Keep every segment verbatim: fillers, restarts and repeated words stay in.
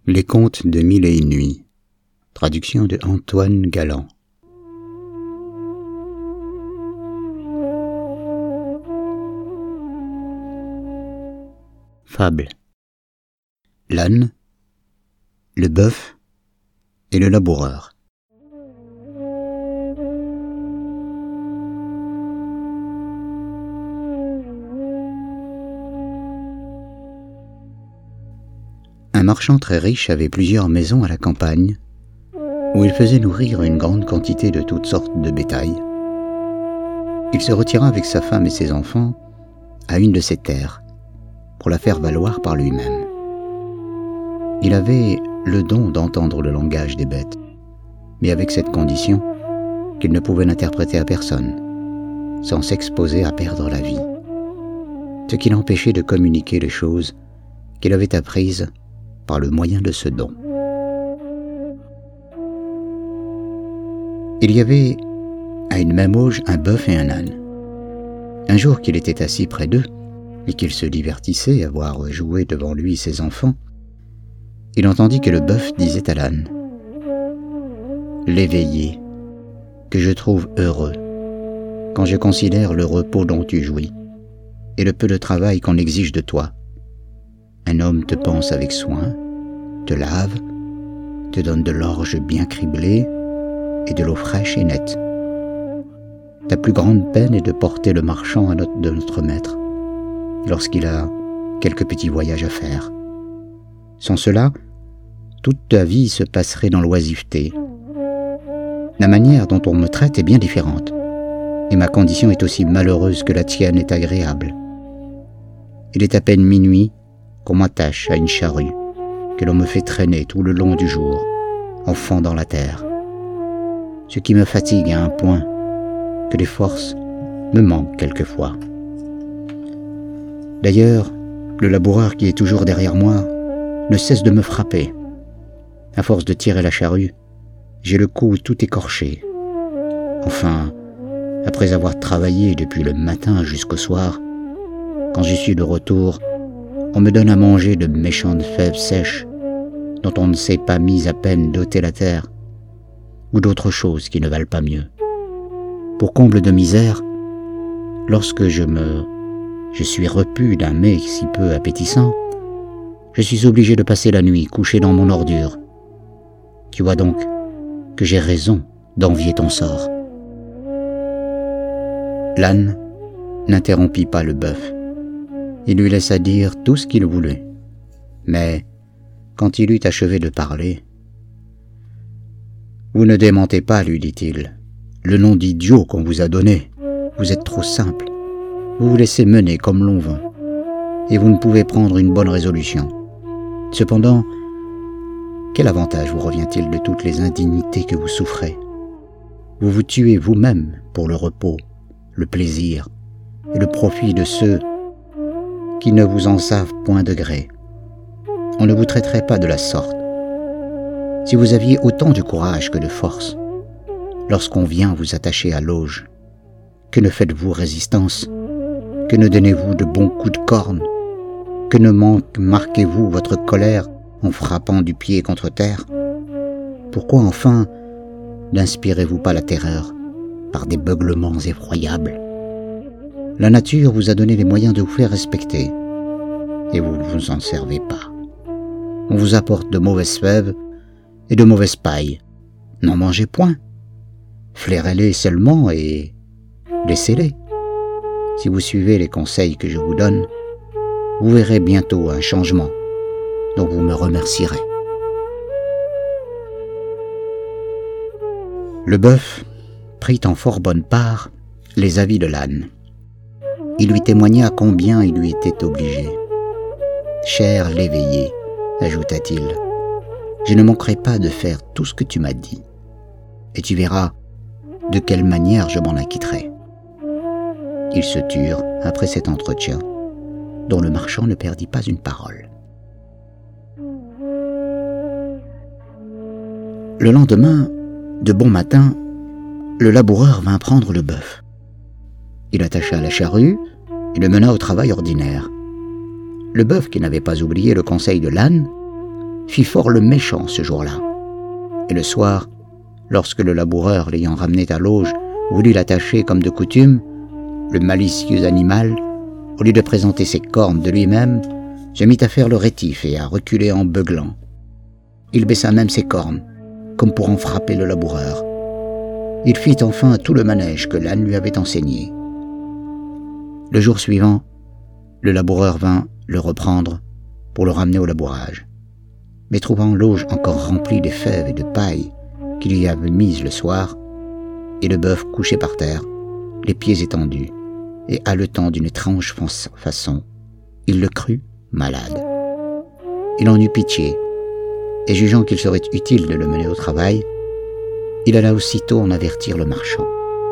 Les contes de Mille et une nuits. Traduction de Antoine Galland. Fable. L'âne, le bœuf et le laboureur. Un marchand très riche avait plusieurs maisons à la campagne, où il faisait nourrir une grande quantité de toutes sortes de bétail. Il se retira avec sa femme et ses enfants à une de ses terres, pour la faire valoir par lui-même. Il avait le don d'entendre le langage des bêtes, mais avec cette condition qu'il ne pouvait l'interpréter à personne, sans s'exposer à perdre la vie, ce qui l'empêchait de communiquer les choses qu'il avait apprises par le moyen de ce don. Il y avait à une même auge un bœuf et un âne. Un jour qu'il était assis près d'eux, et qu'il se divertissait à voir jouer devant lui ses enfants, il entendit que le bœuf disait à l'âne : « L'éveillé, que je trouve heureux, quand je considère le repos dont tu jouis, et le peu de travail qu'on exige de toi. Un homme te panse avec soin, te lave, te donne de l'orge bien criblée et de l'eau fraîche et nette. Ta plus grande peine est de porter le marchand à notre, de notre maître, lorsqu'il a quelques petits voyages à faire. Sans cela, toute ta vie se passerait dans l'oisiveté. La manière dont on me traite est bien différente, et ma condition est aussi malheureuse que la tienne est agréable. Il est à peine minuit qu'on m'attache à une charrue, que l'on me fait traîner tout le long du jour, enfant dans la terre. Ce qui me fatigue à un point que les forces me manquent quelquefois. D'ailleurs, le laboureur qui est toujours derrière moi ne cesse de me frapper. À force de tirer la charrue, j'ai le cou tout écorché. Enfin, après avoir travaillé depuis le matin jusqu'au soir, quand je suis de retour, on me donne à manger de méchantes fèves sèches dont on ne s'est pas mis à peine d'ôter la terre, ou d'autres choses qui ne valent pas mieux. Pour comble de misère, lorsque je me... je suis repu d'un mets si peu appétissant, je suis obligé de passer la nuit couché dans mon ordure. Tu vois donc que j'ai raison d'envier ton sort. » L'âne n'interrompit pas le bœuf. Il lui laissa dire tout ce qu'il voulait. Mais, quand il eut achevé de parler, « Vous ne démentez pas, lui dit-il, le nom d'idiot qu'on vous a donné. Vous êtes trop simple. Vous vous laissez mener comme l'on veut, et vous ne pouvez prendre une bonne résolution. Cependant, quel avantage vous revient-il de toutes les indignités que vous souffrez ? Vous vous tuez vous-même pour le repos, le plaisir et le profit de ceux qui ne vous en savent point de gré. On ne vous traiterait pas de la sorte. Si vous aviez autant de courage que de force, lorsqu'on vient vous attacher à l'auge, que ne faites-vous résistance ? Que ne donnez-vous de bons coups de corne ? Que ne marquez-vous votre colère en frappant du pied contre terre ? Pourquoi enfin n'inspirez-vous pas la terreur par des beuglements effroyables ? La nature vous a donné les moyens de vous faire respecter, et vous ne vous en servez pas. On vous apporte de mauvaises fèves et de mauvaise paille. N'en mangez point. Flairez-les seulement et laissez-les. Si vous suivez les conseils que je vous donne, vous verrez bientôt un changement dont vous me remercierez. » Le bœuf prit en fort bonne part les avis de l'âne. Il lui témoigna combien il lui était obligé. « Cher l'éveillé, ajouta-t-il, je ne manquerai pas de faire tout ce que tu m'as dit, et tu verras de quelle manière je m'en acquitterai. » Ils se turent après cet entretien, dont le marchand ne perdit pas une parole. Le lendemain, de bon matin, le laboureur vint prendre le bœuf. Il attacha la charrue et le mena au travail ordinaire. Le bœuf, qui n'avait pas oublié le conseil de l'âne, fit fort le méchant ce jour-là. Et le soir, lorsque le laboureur, l'ayant ramené à l'auge, voulut l'attacher comme de coutume, le malicieux animal, au lieu de présenter ses cornes de lui-même, se mit à faire le rétif et à reculer en beuglant. Il baissa même ses cornes, comme pour en frapper le laboureur. Il fit enfin tout le manège que l'âne lui avait enseigné. Le jour suivant, le laboureur vint le reprendre pour le ramener au labourage. Mais trouvant l'auge encore remplie des fèves et de paille qu'il y avait mises le soir, et le bœuf couché par terre, les pieds étendus, et haletant d'une étrange façon, il le crut malade. Il en eut pitié, et jugeant qu'il serait utile de le mener au travail, il alla aussitôt en avertir le marchand.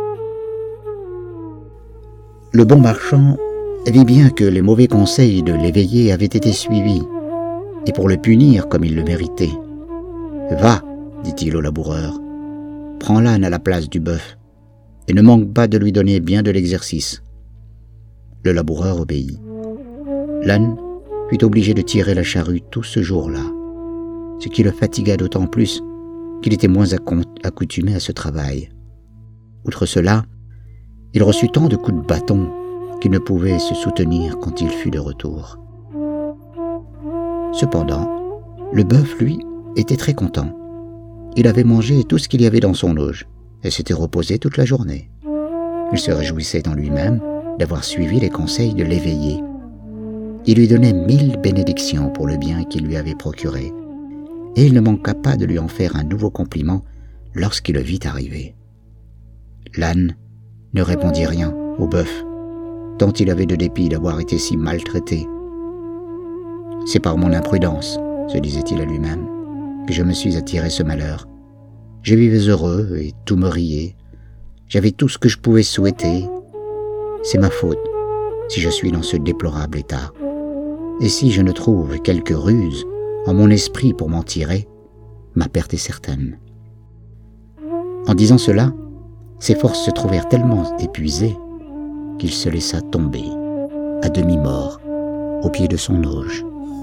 Le bon marchand vit bien que les mauvais conseils de l'éveillé avaient été suivis, et pour le punir comme il le méritait. « Va, dit-il au laboureur, prends l'âne à la place du bœuf, et ne manque pas de lui donner bien de l'exercice. » Le laboureur obéit. L'âne fut obligé de tirer la charrue tout ce jour-là, ce qui le fatigua d'autant plus qu'il était moins accoutumé à ce travail. Outre cela, il reçut tant de coups de bâton qu'il ne pouvait se soutenir quand il fut de retour. Cependant, le bœuf, lui, était très content. Il avait mangé tout ce qu'il y avait dans son auge et s'était reposé toute la journée. Il se réjouissait en lui-même d'avoir suivi les conseils de l'éveillé. Il lui donnait mille bénédictions pour le bien qu'il lui avait procuré, et il ne manqua pas de lui en faire un nouveau compliment lorsqu'il le vit arriver. L'âne ne répondit rien au bœuf, tant il avait de dépit d'avoir été si maltraité. « C'est par mon imprudence, se disait-il à lui-même, que je me suis attiré ce malheur. Je vivais heureux et tout me riait. J'avais tout ce que je pouvais souhaiter. C'est ma faute si je suis dans ce déplorable état. Et si je ne trouve quelque ruse en mon esprit pour m'en tirer, ma perte est certaine. » En disant cela, ses forces se trouvèrent tellement épuisées qu'il se laissa tomber, à demi-mort, au pied de son auge.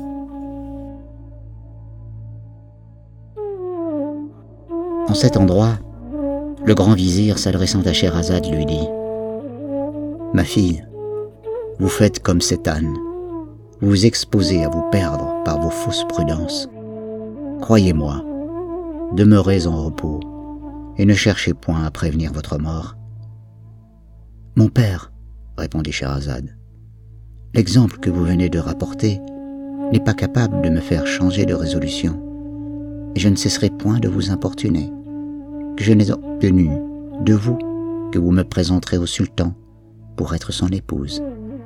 En cet endroit, le grand vizir, s'adressant à Scheherazade, lui dit « Ma fille, vous faites comme cet âne, vous vous exposez à vous perdre par vos fausses prudences. Croyez-moi, demeurez en repos et ne cherchez point à prévenir votre mort. » « Mon père, répondit Scheherazade, l'exemple que vous venez de rapporter n'est pas capable de me faire changer de résolution, et je ne cesserai point de vous importuner, que je n'ai obtenu de vous que vous me présenterez au sultan pour être son épouse. »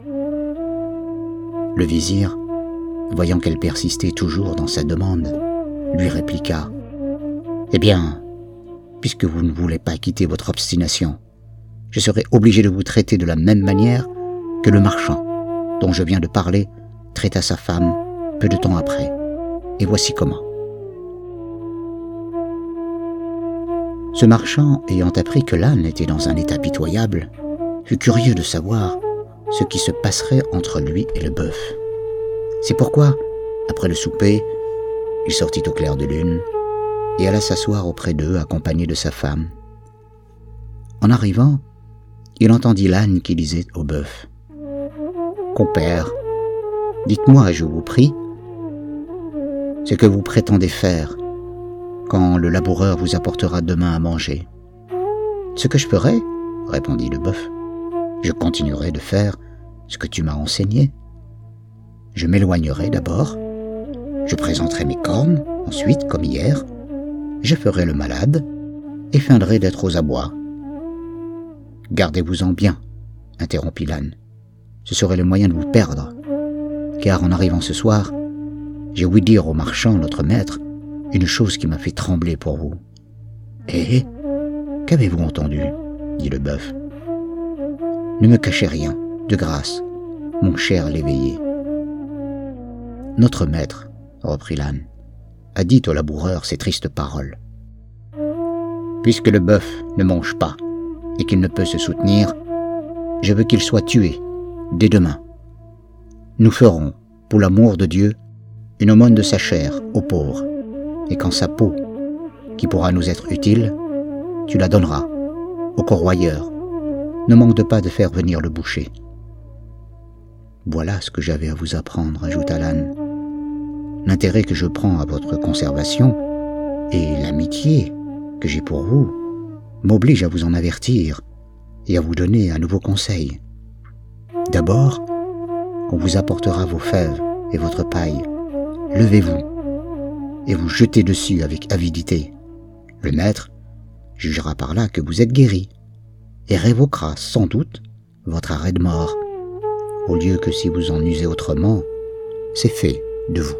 Le vizir, voyant qu'elle persistait toujours dans sa demande, lui répliqua « Eh bien, puisque vous ne voulez pas quitter votre obstination, je serai obligé de vous traiter de la même manière que le marchand, dont je viens de parler, traita sa femme peu de temps après. Et voici comment. Ce marchand, ayant appris que l'âne était dans un état pitoyable, fut curieux de savoir ce qui se passerait entre lui et le bœuf. C'est pourquoi, après le souper, il sortit au clair de lune et alla s'asseoir auprès d'eux accompagné de sa femme. En arrivant, il entendit l'âne qui disait au bœuf « Compère, dites-moi, je vous prie, ce que vous prétendez faire quand le laboureur vous apportera demain à manger. »« Ce que je ferai, répondit le bœuf, je continuerai de faire ce que tu m'as enseigné. Je m'éloignerai d'abord, je présenterai mes cornes, ensuite, comme hier, je ferai le malade et feindrai d'être aux abois. »« Gardez-vous-en bien, interrompit l'âne, ce serait le moyen de vous perdre, car en arrivant ce soir, j'ai ouï dire au marchand, notre maître, une chose qui m'a fait trembler pour vous. »« Eh, qu'avez-vous entendu ?» dit le bœuf. « Ne me cachez rien, de grâce, mon cher l'éveillé. »« Notre maître, reprit l'âne, a dit au laboureur ces tristes paroles. Puisque le bœuf ne mange pas et qu'il ne peut se soutenir, je veux qu'il soit tué dès demain. Nous ferons, pour l'amour de Dieu, une aumône de sa chair aux pauvres, et quand sa peau, qui pourra nous être utile, tu la donneras au corroyeur. Ne manque pas de faire venir le boucher. » « Voilà ce que j'avais à vous apprendre, » ajouta l'âne. « L'intérêt que je prends à votre conservation et l'amitié que j'ai pour vous m'oblige à vous en avertir et à vous donner un nouveau conseil. D'abord, on vous apportera vos fèves et votre paille. Levez-vous et vous jetez dessus avec avidité. Le maître jugera par là que vous êtes guéri et révoquera sans doute votre arrêt de mort, au lieu que si vous en usez autrement, c'est fait de vous. »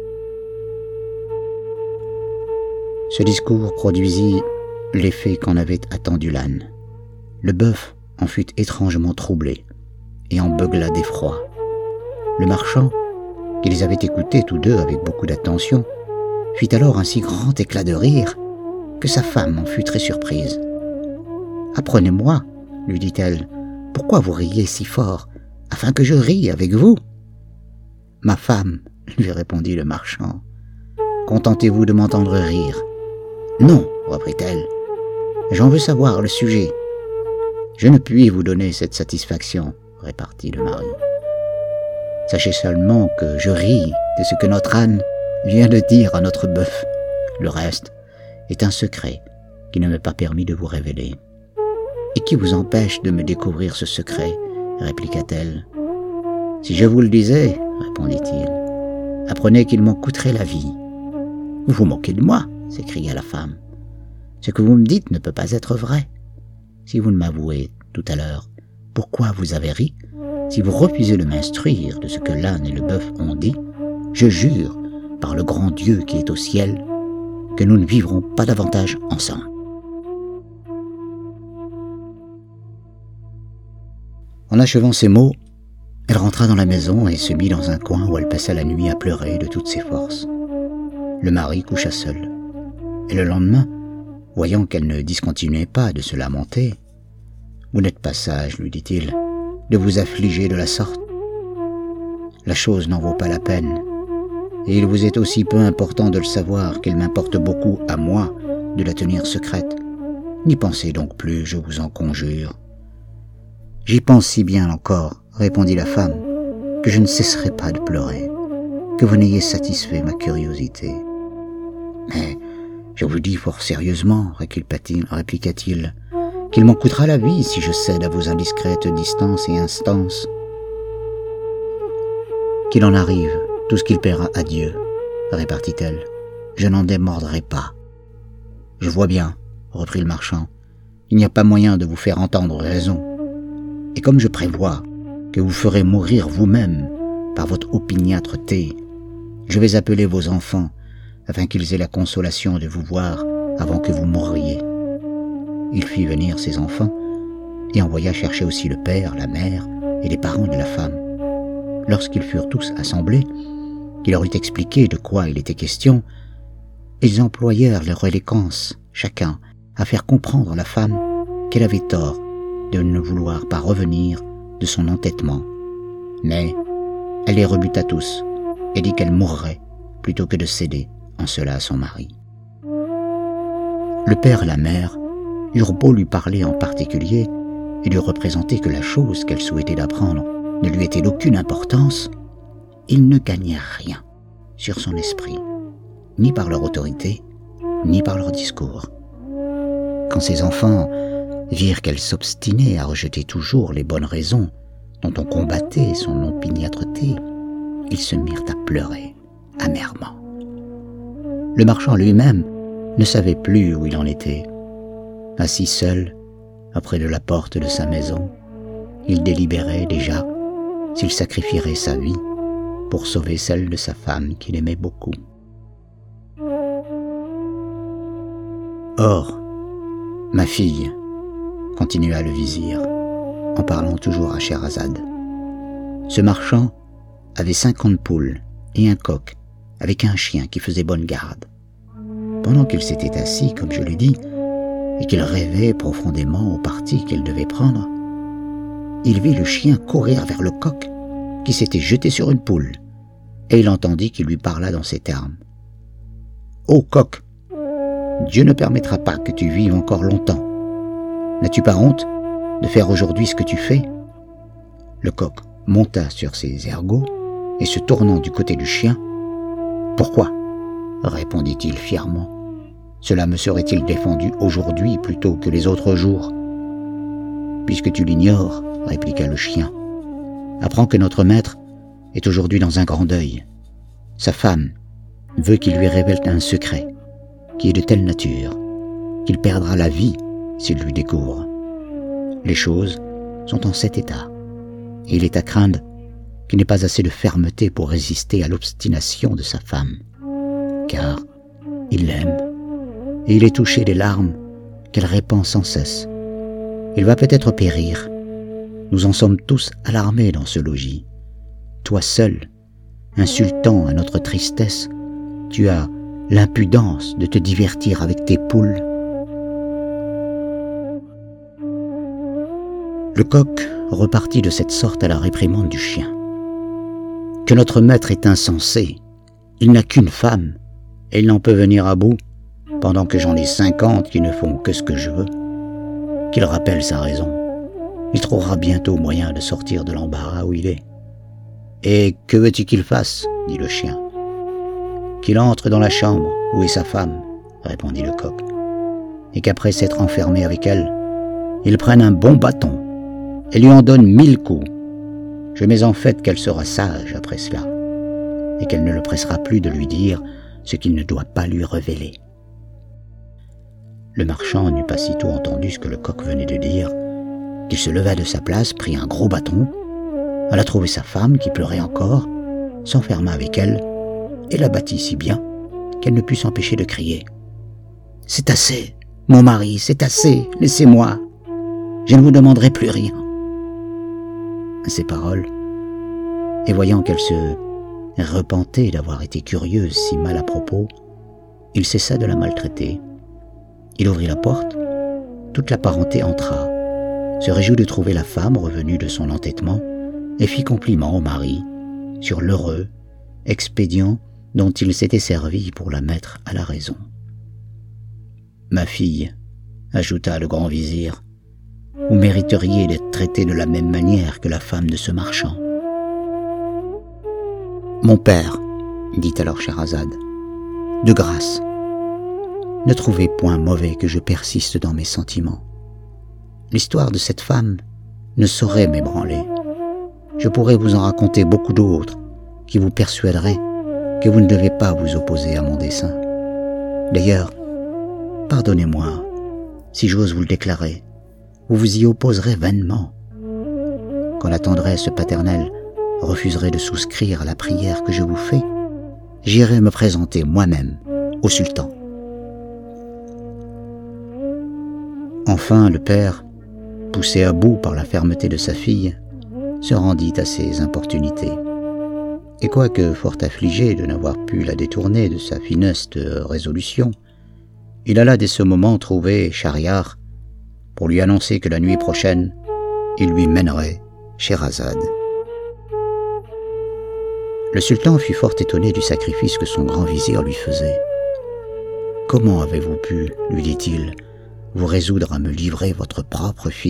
Ce discours produisit l'effet qu'en avait attendu l'âne. Le bœuf en fut étrangement troublé et en beugla d'effroi. Le marchand, qui les avait écoutés tous deux avec beaucoup d'attention, fit alors un si grand éclat de rire que sa femme en fut très surprise. « Apprenez-moi, lui dit-elle, pourquoi vous riez si fort, afin que je rie avec vous. »« Ma femme, lui répondit le marchand, contentez-vous de m'entendre rire. »« Non, reprit-elle, j'en veux savoir le sujet. »« Je ne puis vous donner cette satisfaction, répartit le mari. Sachez seulement que je ris de ce que notre âne vient de dire à notre bœuf. Le reste est un secret qui ne m'est pas permis de vous révéler. »« Et qui vous empêche de me découvrir ce secret ?» répliqua-t-elle. « Si je vous le disais, répondit-il, apprenez qu'il m'en coûterait la vie. »« Vous vous moquez de moi, s'écria la femme. Ce que vous me dites ne peut pas être vrai. Si vous ne m'avouez tout à l'heure pourquoi vous avez ri, si vous refusez de m'instruire de ce que l'âne et le bœuf ont dit, je jure par le grand Dieu qui est au ciel que nous ne vivrons pas davantage ensemble. » En achevant ces mots, elle rentra dans la maison et se mit dans un coin où elle passa la nuit à pleurer de toutes ses forces. Le mari coucha seul. Et le lendemain, voyant qu'elle ne discontinuait pas de se lamenter, « Vous n'êtes pas sage, lui dit-il, de vous affliger de la sorte. La chose n'en vaut pas la peine, et il vous est aussi peu important de le savoir qu'il m'importe beaucoup à moi de la tenir secrète. N'y pensez donc plus, je vous en conjure. »« J'y pense si bien encore, répondit la femme, que je ne cesserai pas de pleurer, que vous n'ayez satisfait ma curiosité. Mais je vous dis fort sérieusement, répliqua-t-il, qu'il m'en coûtera la vie si je cède à vos indiscrètes distances et instances. Qu'il en arrive, tout ce qu'il paiera à Dieu, répartit-elle, je n'en démordrai pas. Je vois bien, reprit le marchand, il n'y a pas moyen de vous faire entendre raison. Et comme je prévois que vous ferez mourir vous-même par votre opiniâtreté, je vais appeler vos enfants afin qu'ils aient la consolation de vous voir avant que vous mouriez. » Il fit venir ses enfants et envoya chercher aussi le père, la mère et les parents de la femme. Lorsqu'ils furent tous assemblés, qu'il leur eut expliqué de quoi il était question, ils employèrent leur éloquence, chacun, à faire comprendre à la femme qu'elle avait tort de ne vouloir pas revenir de son entêtement. Mais elle les rebuta tous et dit qu'elle mourrait plutôt que de céder en cela à son mari. Le père et la mère eurent beau lui parler en particulier et lui représenter que la chose qu'elle souhaitait d'apprendre ne lui était d'aucune importance, ils ne gagnèrent rien sur son esprit, ni par leur autorité, ni par leur discours. Quand ses enfants virent qu'elle s'obstinait à rejeter toujours les bonnes raisons dont on combattait son opiniâtreté, ils se mirent à pleurer amèrement. Le marchand lui-même ne savait plus où il en était. Assis seul, auprès de la porte de sa maison, il délibérait déjà s'il sacrifierait sa vie pour sauver celle de sa femme qu'il aimait beaucoup. Or, ma fille, continua le vizir, en parlant toujours à Scheherazade, ce marchand avait cinquante poules et un coq avec un chien qui faisait bonne garde. Pendant qu'il s'était assis, comme je l'ai dit, et qu'il rêvait profondément au parti qu'il devait prendre, il vit le chien courir vers le coq qui s'était jeté sur une poule et il entendit qu'il lui parla dans ces termes. « Ô coq, Dieu ne permettra pas que tu vives encore longtemps. N'as-tu pas honte de faire aujourd'hui ce que tu fais ?» Le coq monta sur ses ergots et se tournant du côté du chien, « Pourquoi ?» répondit-il fièrement. « Cela me serait-il défendu aujourd'hui plutôt que les autres jours ?» « Puisque tu l'ignores, répliqua le chien, apprends que notre maître est aujourd'hui dans un grand deuil. Sa femme veut qu'il lui révèle un secret qui est de telle nature qu'il perdra la vie s'il lui découvre. Les choses sont en cet état, et il est à craindre qu'il n'ait pas assez de fermeté pour résister à l'obstination de sa femme, car il l'aime, et il est touché des larmes qu'elle répand sans cesse. Il va peut-être périr. Nous en sommes tous alarmés dans ce logis. Toi seul, insultant à notre tristesse, tu as l'impudence de te divertir avec tes poules. Le coq repartit de cette sorte à la réprimande du chien. Que notre maître est insensé. Il n'a qu'une femme, et il n'en peut venir à bout, pendant que j'en ai cinquante qui ne font que ce que je veux. Qu'il rappelle sa raison. Il trouvera bientôt moyen de sortir de l'embarras où il est. « Et que veux-tu qu'il fasse ?» dit le chien. « Qu'il entre dans la chambre où est sa femme, » répondit le coq, « et qu'après s'être enfermé avec elle, il prenne un bon bâton et lui en donne mille coups. Je mets en fait qu'elle sera sage après cela, et qu'elle ne le pressera plus de lui dire ce qu'il ne doit pas lui révéler. » Le marchand n'eut pas sitôt entendu ce que le coq venait de dire, qu'il se leva de sa place, prit un gros bâton, alla trouver sa femme qui pleurait encore, s'enferma avec elle et la battit si bien qu'elle ne put s'empêcher de crier. « C'est assez, mon mari, c'est assez, laissez-moi, je ne vous demanderai plus rien. » À ces paroles, et voyant qu'elle se repentait d'avoir été curieuse si mal à propos, il cessa de la maltraiter. Il ouvrit la porte, toute la parenté entra, se réjouit de trouver la femme revenue de son entêtement et fit compliment au mari sur l'heureux expédient dont il s'était servi pour la mettre à la raison. « Ma fille, » ajouta le grand vizir, « vous mériteriez d'être traitée de la même manière que la femme de ce marchand. »« Mon père, » dit alors Scheherazade, « de grâce, ne trouvez point mauvais que je persiste dans mes sentiments. L'histoire de cette femme ne saurait m'ébranler. Je pourrais vous en raconter beaucoup d'autres qui vous persuaderaient que vous ne devez pas vous opposer à mon dessein. D'ailleurs, pardonnez-moi, si j'ose vous le déclarer, vous vous y opposerez vainement. Quand la tendresse paternelle refuserait de souscrire à la prière que je vous fais, j'irai me présenter moi-même au sultan. » Enfin, le père, poussé à bout par la fermeté de sa fille, se rendit à ses importunités. Et quoique fort affligé de n'avoir pu la détourner de sa funeste résolution, il alla dès ce moment trouver Schahriar pour lui annoncer que la nuit prochaine, il lui mènerait Scheherazade. Le sultan fut fort étonné du sacrifice que son grand vizir lui faisait. « Comment avez-vous pu, lui dit-il, vous résoudre à me livrer votre propre fille ?»«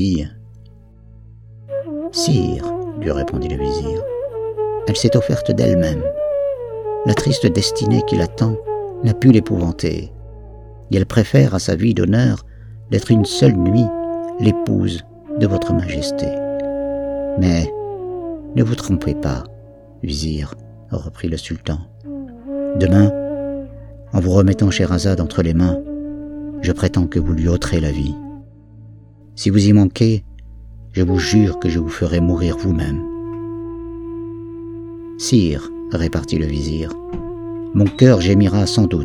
Sire, lui répondit le vizir, elle s'est offerte d'elle-même. La triste destinée qui l'attend n'a pu l'épouvanter, et elle préfère à sa vie d'honneur d'être une seule nuit l'épouse de votre majesté. Mais ne vous trompez pas, vizir, reprit le sultan. Demain, en vous remettant Scheherazade entre les mains, je prétends que vous lui ôterez la vie. Si vous y manquez, je vous jure que je vous ferai mourir vous-même. »« Sire, répartit le vizir, mon cœur gémira sans doute. »«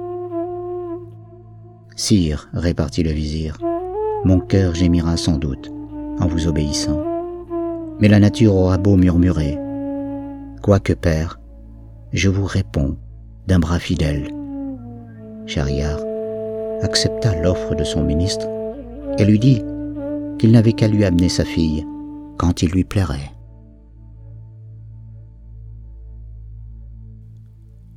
Sire, répartit le vizir, mon cœur gémira sans doute en vous obéissant. Mais la nature aura beau murmurer. Quoique père, je vous réponds d'un bras fidèle. » Schahriar accepta l'offre de son ministre et lui dit qu'il n'avait qu'à lui amener sa fille quand il lui plairait.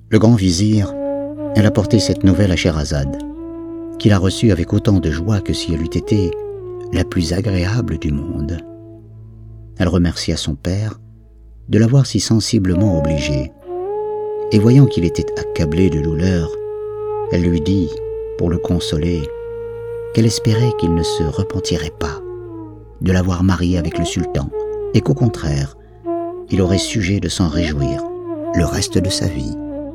Le grand vizir, elle apportait cette nouvelle à Scheherazade, qui la reçut avec autant de joie que si elle eût été la plus agréable du monde. Elle remercia son père de l'avoir si sensiblement obligé, et voyant qu'il était accablé de douleur, elle lui dit, pour le consoler, qu'elle espérait qu'il ne se repentirait pas de l'avoir marié avec le sultan, et qu'au contraire, il aurait sujet de s'en réjouir le reste de sa vie.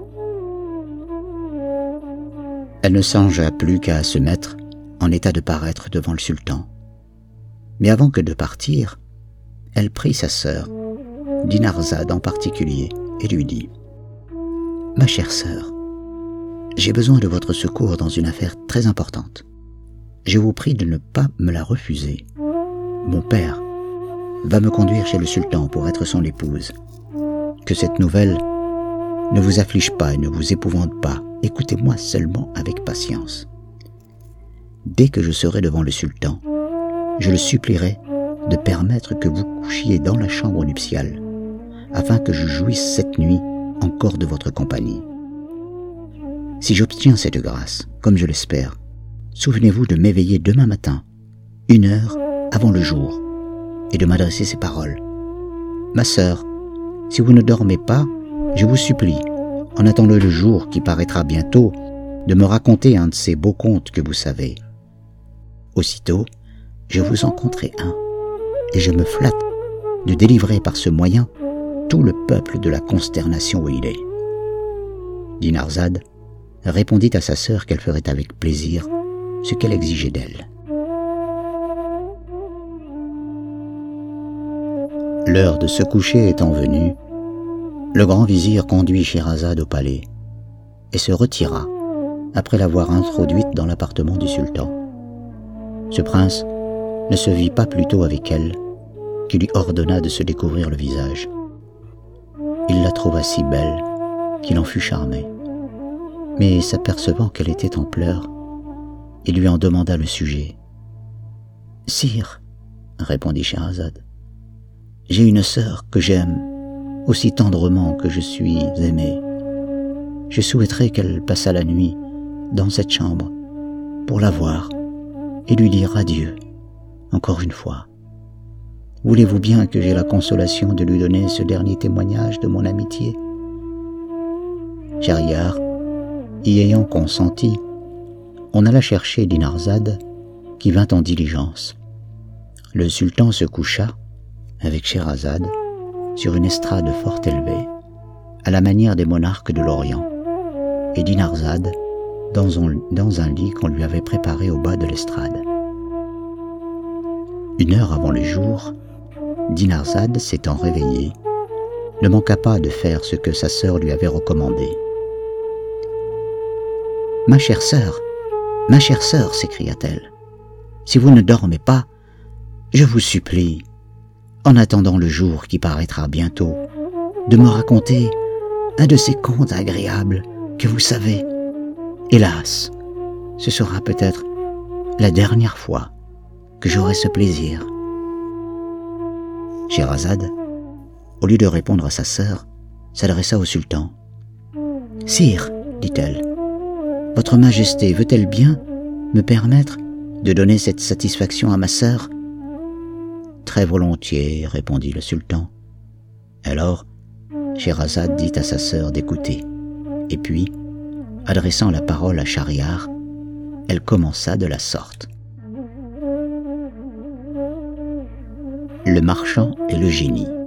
Elle ne songea plus qu'à se mettre en état de paraître devant le sultan. Mais avant que de partir, elle prit sa sœur, Dinarzade en particulier, et lui dit « Ma chère sœur, j'ai besoin de votre secours dans une affaire très importante. Je vous prie de ne pas me la refuser. Mon père va me conduire chez le sultan pour être son épouse. Que cette nouvelle ne vous afflige pas et ne vous épouvante pas. Écoutez-moi seulement avec patience. Dès que je serai devant le sultan, je le supplierai de permettre que vous couchiez dans la chambre nuptiale, afin que je jouisse cette nuit encore de votre compagnie. Si j'obtiens cette grâce, comme je l'espère, souvenez-vous de m'éveiller demain matin, une heure avant le jour, et de m'adresser ces paroles. Ma sœur, si vous ne dormez pas, je vous supplie, en attendant le jour qui paraîtra bientôt, de me raconter un de ces beaux contes que vous savez. Aussitôt, je vous en conterai un, et je me flatte de délivrer par ce moyen tout le peuple de la consternation où il est. Dinarzade répondit à sa sœur qu'elle ferait avec plaisir ce qu'elle exigeait d'elle. L'heure de se coucher étant venue, le grand vizir conduit Scheherazade au palais et se retira après l'avoir introduite dans l'appartement du sultan. Ce prince ne se vit pas plus tôt avec elle, qui lui ordonna de se découvrir le visage. Il la trouva si belle qu'il en fut charmé, mais s'apercevant qu'elle était en pleurs, il lui en demanda le sujet. « Sire, répondit Scheherazade, j'ai une sœur que j'aime aussi tendrement que je suis aimée. Je souhaiterais qu'elle passât la nuit dans cette chambre pour la voir et lui dire adieu, encore une fois. Voulez-vous bien que j'aie la consolation de lui donner ce dernier témoignage de mon amitié ?» Schahriar, y ayant consenti, on alla chercher Dinarzade, qui vint en diligence. Le sultan se coucha, avec Scheherazade, sur une estrade fort élevée, à la manière des monarques de l'Orient, et Dinarzade dans un, dans un lit qu'on lui avait préparé au bas de l'estrade. Une heure avant le jour, Dinarzade, s'étant réveillée, ne manqua pas de faire ce que sa sœur lui avait recommandé. « Ma chère sœur, ma chère sœur, s'écria-t-elle, si vous ne dormez pas, je vous supplie, en attendant le jour qui paraîtra bientôt, de me raconter un de ces contes agréables que vous savez. Hélas, ce sera peut-être la dernière fois que j'aurai ce plaisir. » Scheherazade, au lieu de répondre à sa sœur, s'adressa au sultan. « Sire, dit-elle, votre majesté veut-elle bien me permettre de donner cette satisfaction à ma sœur ?»« Très volontiers, répondit le sultan. Alors, Scheherazade dit à sa sœur d'écouter, et puis, adressant la parole à Schahriar, elle commença de la sorte. Le marchand et le génie.